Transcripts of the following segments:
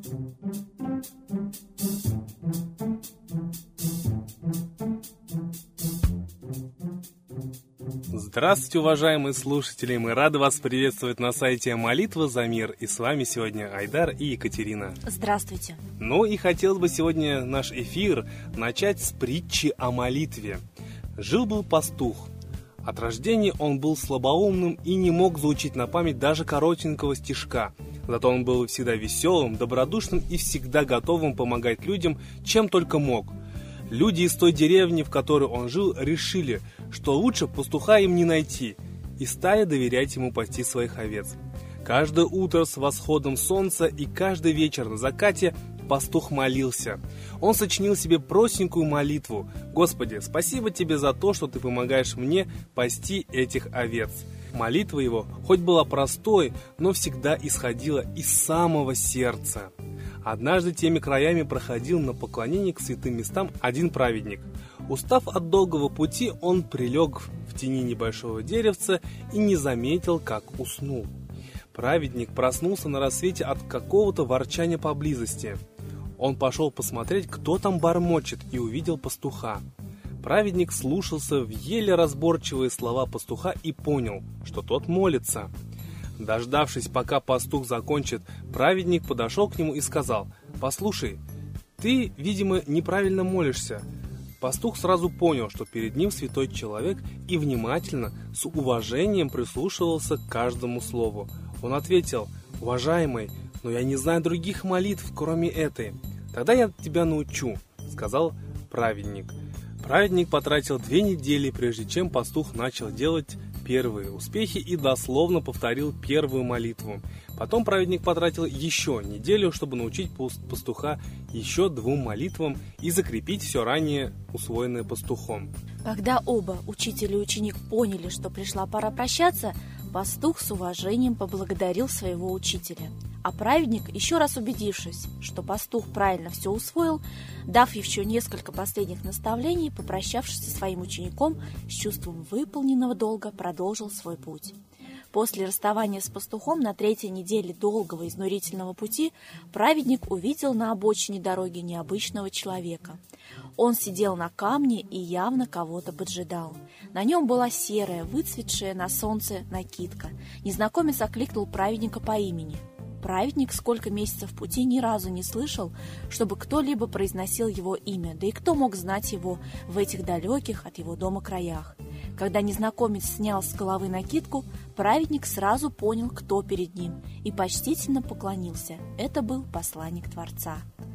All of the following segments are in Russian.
Здравствуйте, уважаемые слушатели! Мы рады вас приветствовать на сайте «Молитва за мир». И с вами сегодня Айдар и Екатерина. Здравствуйте! Ну и хотелось бы сегодня наш эфир начать с притчи о молитве. Жил-был пастух. От рождения он был слабоумным и не мог заучить на память даже коротенького стишка. Зато он был всегда веселым, добродушным и всегда готовым помогать людям, чем только мог. Люди из той деревни, в которой он жил, решили, что лучше пастуха им не найти, и стали доверять ему пасти своих овец. Каждое утро с восходом солнца и каждый вечер на закате пастух молился. Он сочинил себе простенькую молитву: «Господи, спасибо тебе за то, что ты помогаешь мне пасти этих овец». Молитва его, хоть была простой, но всегда исходила из самого сердца. Однажды теми краями проходил на поклонение к святым местам один праведник. Устав от долгого пути, он прилег в тени небольшого деревца и не заметил, как уснул. Праведник проснулся на рассвете от какого-то ворчания поблизости. Он пошел посмотреть, кто там бормочет, и увидел пастуха. Праведник слушался в еле разборчивые слова пастуха и понял, что тот молится. Дождавшись, пока пастух закончит, праведник подошел к нему и сказал: «Послушай, ты, видимо, неправильно молишься». Пастух сразу понял, что перед ним святой человек, и внимательно, с уважением прислушивался к каждому слову. Он ответил: «Уважаемый, но я не знаю других молитв, кроме этой». «Тогда я тебя научу», — сказал праведник. Праведник потратил 2 недели, прежде чем пастух начал делать первые успехи и дословно повторил первую молитву. Потом праведник потратил еще неделю, чтобы научить пастуха еще 2 молитвам и закрепить все ранее усвоенное пастухом. Когда оба, учитель и ученик, поняли, что пришла пора прощаться, пастух с уважением поблагодарил своего учителя. А праведник, еще раз убедившись, что пастух правильно все усвоил, дав еще несколько последних наставлений, попрощавшись со своим учеником, с чувством выполненного долга продолжил свой путь. После расставания с пастухом на 3-й неделе долгого изнурительного пути праведник увидел на обочине дороги необычного человека. Он сидел на камне и явно кого-то поджидал. На нем была серая, выцветшая на солнце накидка. Незнакомец окликнул праведника по имени. Праведник сколько месяцев пути ни разу не слышал, чтобы кто-либо произносил его имя, да и кто мог знать его в этих далеких от его дома краях. Когда незнакомец снял с головы накидку, праведник сразу понял, кто перед ним, и почтительно поклонился. Это был посланник Творца.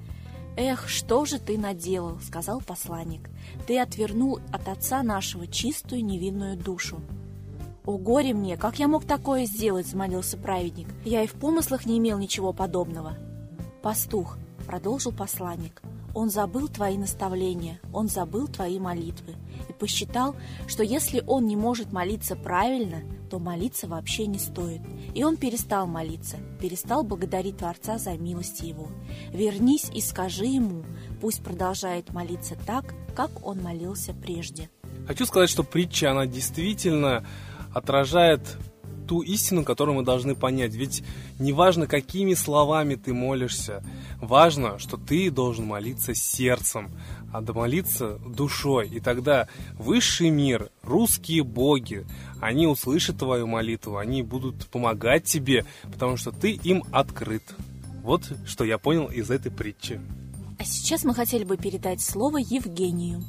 «Эх, что же ты наделал?» — сказал посланник. «Ты отвернул от Отца нашего чистую невинную душу». «О, горе мне! Как я мог такое сделать?» — взмолился праведник. «Я и в помыслах не имел ничего подобного». «Пастух», — продолжил посланник, — «он забыл твои наставления, он забыл твои молитвы и посчитал, что если он не может молиться правильно, то молиться вообще не стоит. И он перестал молиться, перестал благодарить Творца за милости его. Вернись и скажи ему, пусть продолжает молиться так, как он молился прежде». Хочу сказать, что притча, она действительно отражает ту истину, которую мы должны понять. Ведь не важно, какими словами ты молишься, важно, что ты должен молиться сердцем, а молиться душой. И тогда высший мир, русские боги, они услышат твою молитву, они будут помогать тебе, потому что ты им открыт. Вот что я понял из этой притчи. А сейчас мы хотели бы передать слово Евгению.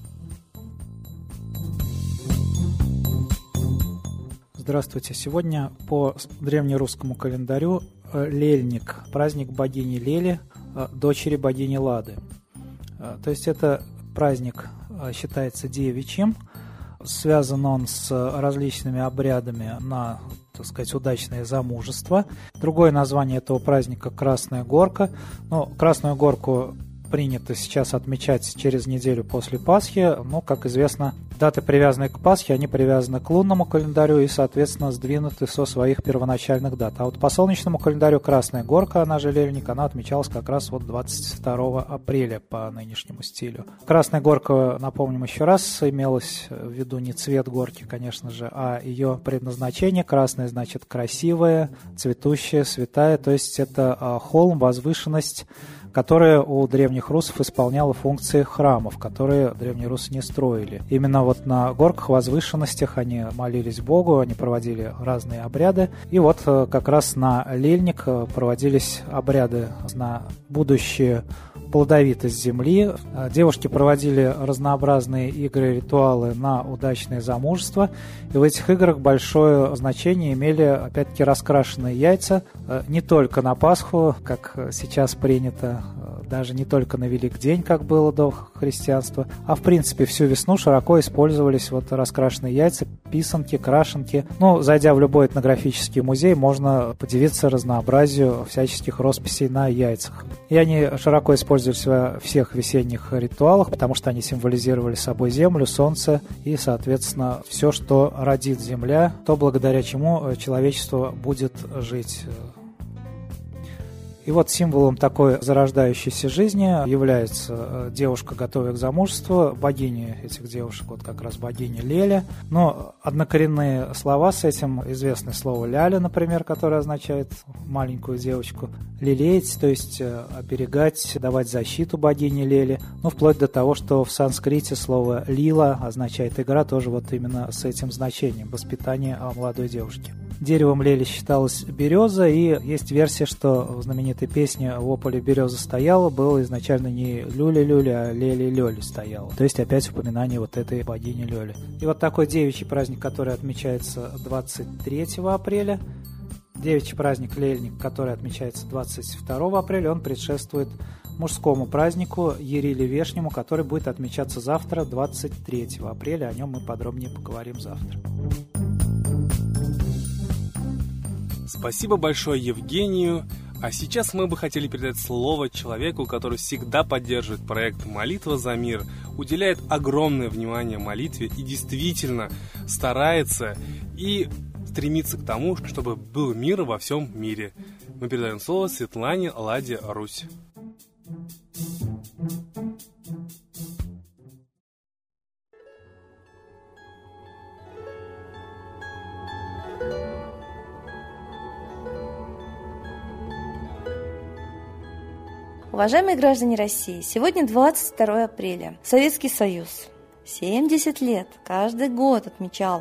Здравствуйте. Сегодня по древнерусскому календарю Лельник, праздник богини Лели, дочери богини Лады. То есть это праздник считается девичьим, связан он с различными обрядами на, так сказать, удачное замужество. Другое название этого праздника — Красная Горка. Но Красную Горку принято сейчас отмечать через неделю после Пасхи. Но, как известно, даты, привязанные к Пасхе, они привязаны к лунному календарю и, соответственно, сдвинуты со своих первоначальных дат. А вот по солнечному календарю Красная Горка, она же Лельник, она отмечалась как раз вот 22 апреля по нынешнему стилю. Красная Горка, напомним еще раз, имелась в виду не цвет горки, конечно же, а ее предназначение. Красная значит красивая, цветущая, святая, то есть это холм, возвышенность, которая у древних русов исполняла функции храмов, которые древние русы не строили. Именно вот на горках, возвышенностях они молились Богу, они проводили разные обряды. И вот как раз на Лельник проводились обряды на будущее плодовитость земли. Девушки проводили разнообразные игры, ритуалы на удачное замужество. И в этих играх большое значение имели, опять-таки, раскрашенные яйца. Не только на Пасху, как сейчас принято, даже не только на Великдень, как было до христианства, а в принципе всю весну широко использовались вот раскрашенные яйца, писанки, крашенки. Ну, зайдя в любой этнографический музей, можно подивиться разнообразию всяческих росписей на яйцах. И они широко использовались во всех весенних ритуалах, потому что они символизировали собой землю, солнце и, соответственно, все, что родит земля, то, благодаря чему человечество будет жить. И вот символом такой зарождающейся жизни является девушка, готовая к замужеству, богиня этих девушек, вот как раз богиня Леля. Но однокоренные слова с этим, известное слово «ляля», например, которое означает маленькую девочку, лелеять, то есть оберегать, давать защиту богине Леле. Ну, вплоть до того, что в санскрите слово «лила» означает «игра», тоже вот именно с этим значением, воспитание молодой девушки. Деревом Лели считалась береза, и есть версия, что в знаменитой песне «В поле береза стояла» было изначально не люля-люля, а лели-лёли стояла. То есть опять упоминание вот этой богини Лёли. И вот такой девичий праздник, который отмечается 23 апреля, девичий праздник Лельник, который отмечается 22 апреля, он предшествует мужскому празднику Яриле-Вешнему, который будет отмечаться завтра, 23 апреля. О нем мы подробнее поговорим завтра. Спасибо большое Евгению. А сейчас мы бы хотели передать слово человеку, который всегда поддерживает проект «Молитва за мир», уделяет огромное внимание молитве и действительно старается и стремится к тому, чтобы был мир во всем мире. Мы передаем слово Светлане Ладе Русь. Уважаемые граждане России, сегодня 22 апреля. Советский Союз 70 лет каждый год отмечал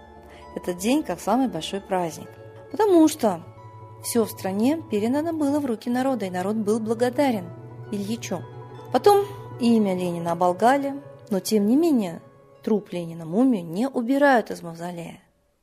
этот день как самый большой праздник. Потому что все в стране передано было в руки народа, и народ был благодарен Ильичу. Потом имя Ленина оболгали, но тем не менее труп Ленина, мумию, не убирают из мавзолея.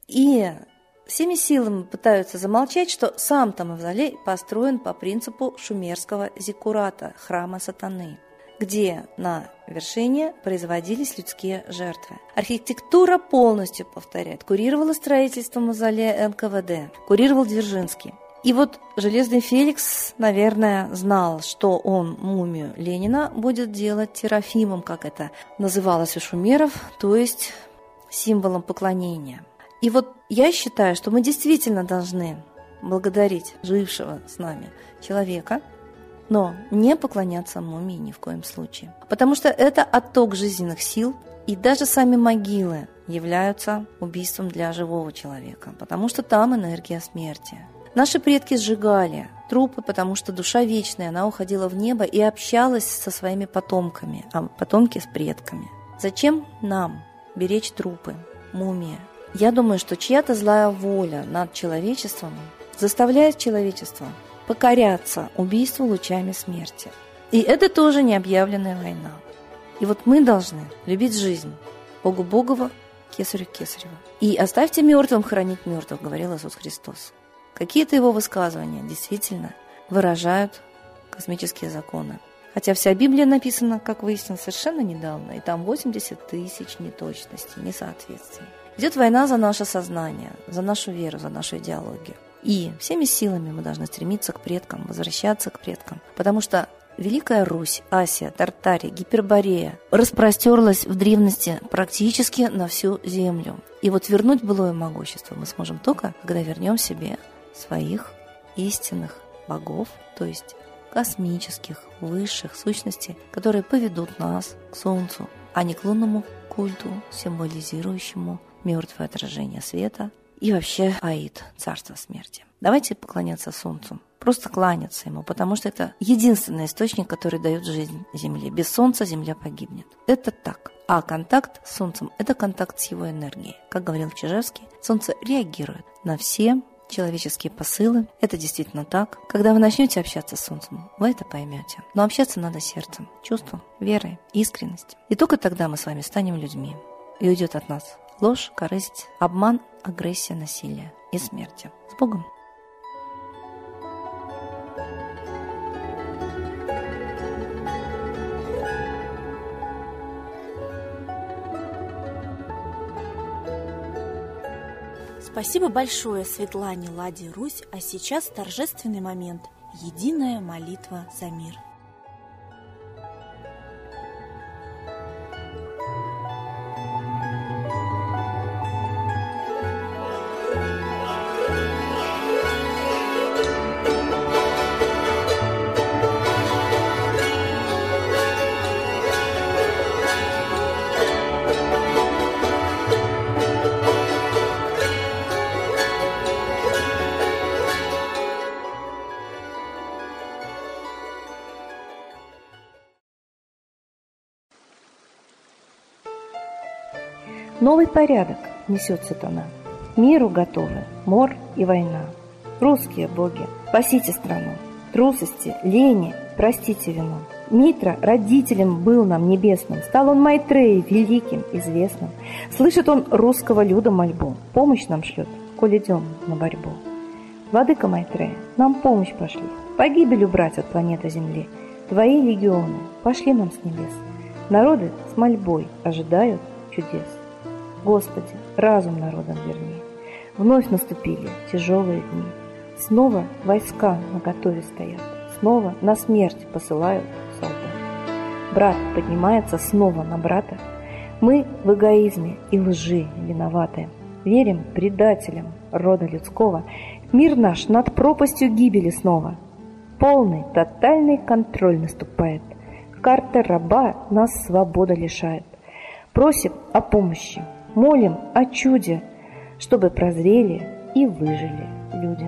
И всеми силами пытаются замолчать, что сам-то мавзолей построен по принципу шумерского зиккурата, храма сатаны, где на вершине производились людские жертвы. Архитектура полностью повторяет. Курировало строительство мавзолея НКВД, курировал Дзержинский. И вот Железный Феликс, наверное, знал, что он мумию Ленина будет делать терафимом, как это называлось у шумеров, то есть символом поклонения. И вот я считаю, что мы действительно должны благодарить жившего с нами человека, но не поклоняться мумии ни в коем случае. Потому что это отток жизненных сил, и даже сами могилы являются убийством для живого человека, потому что там энергия смерти. Наши предки сжигали трупы, потому что душа вечная, она уходила в небо и общалась со своими потомками, а потомки с предками. Зачем нам беречь трупы, мумии? Я думаю, что чья-то злая воля над человечеством заставляет человечество покоряться убийству лучами смерти. И это тоже необъявленная война. И вот мы должны любить жизнь. Богу Богово, Кесарю Кесарева. И оставьте мертвым хоронить мертвых, говорил Иисус Христос. Какие-то его высказывания действительно выражают космические законы. Хотя вся Библия написана, как выяснилось, совершенно недавно, и там 80 тысяч неточностей, несоответствий. Идет война за наше сознание, за нашу веру, за нашу идеологию. И всеми силами мы должны стремиться к предкам, возвращаться к предкам. Потому что Великая Русь, Асия, Тартария, Гиперборея распростерлась в древности практически на всю землю. И вот вернуть былое могущество мы сможем только, когда вернем себе своих истинных богов, то есть космических, высших сущностей, которые поведут нас к Солнцу, а не к лунному культу, символизирующему мертвое отражение света и вообще Аид, царство смерти. Давайте поклоняться Солнцу. Просто кланяться ему, потому что это единственный источник, который дает жизнь Земле. Без Солнца Земля погибнет. Это так. А контакт с Солнцем – это контакт с его энергией. Как говорил Чижевский, Солнце реагирует на все человеческие посылы. Это действительно так. Когда вы начнете общаться с Солнцем, вы это поймете. Но общаться надо сердцем, чувством, верой, искренностью. И только тогда мы с вами станем людьми. И уйдет от нас ложь, корысть, обман, агрессия, насилие и смерть. С Богом! Спасибо большое Светлане, Ладе, Русь, а сейчас торжественный момент – единая молитва за мир. Новый порядок несет сатана. Миру готовы мор и война. Русские боги, спасите страну. Трусости, лени, простите вину. Митра родителем был нам небесным. Стал он Майтреей великим, известным. Слышит он русского люда мольбу. Помощь нам шлет, коль идем на борьбу. Владыка Майтрея, нам помощь пошли. Погибель убрать от планеты Земли. Твои легионы пошли нам с небес. Народы с мольбой ожидают чудес. Господи, разум народам верни. Вновь наступили тяжелые дни. Снова войска наготове стоят. Снова на смерть посылают солдат. Брат поднимается снова на брата. Мы в эгоизме и лжи виноваты. Верим предателям рода людского. Мир наш над пропастью гибели снова. Полный, тотальный контроль наступает. Карта раба нас свободы лишает. Просим о помощи. Молим о чуде, чтобы прозрели и выжили люди.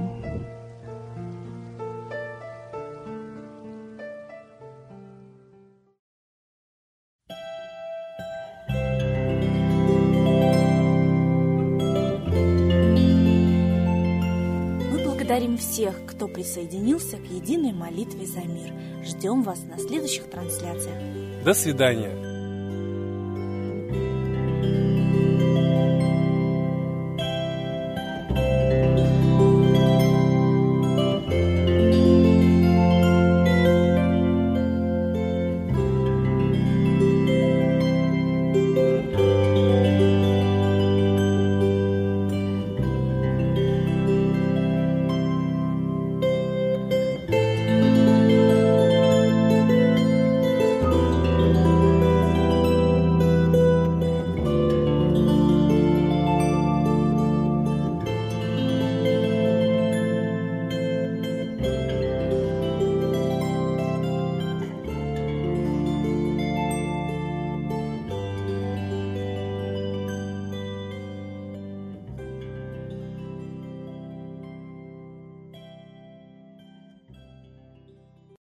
Мы благодарим всех, кто присоединился к единой молитве за мир. Ждем вас на следующих трансляциях. До свидания.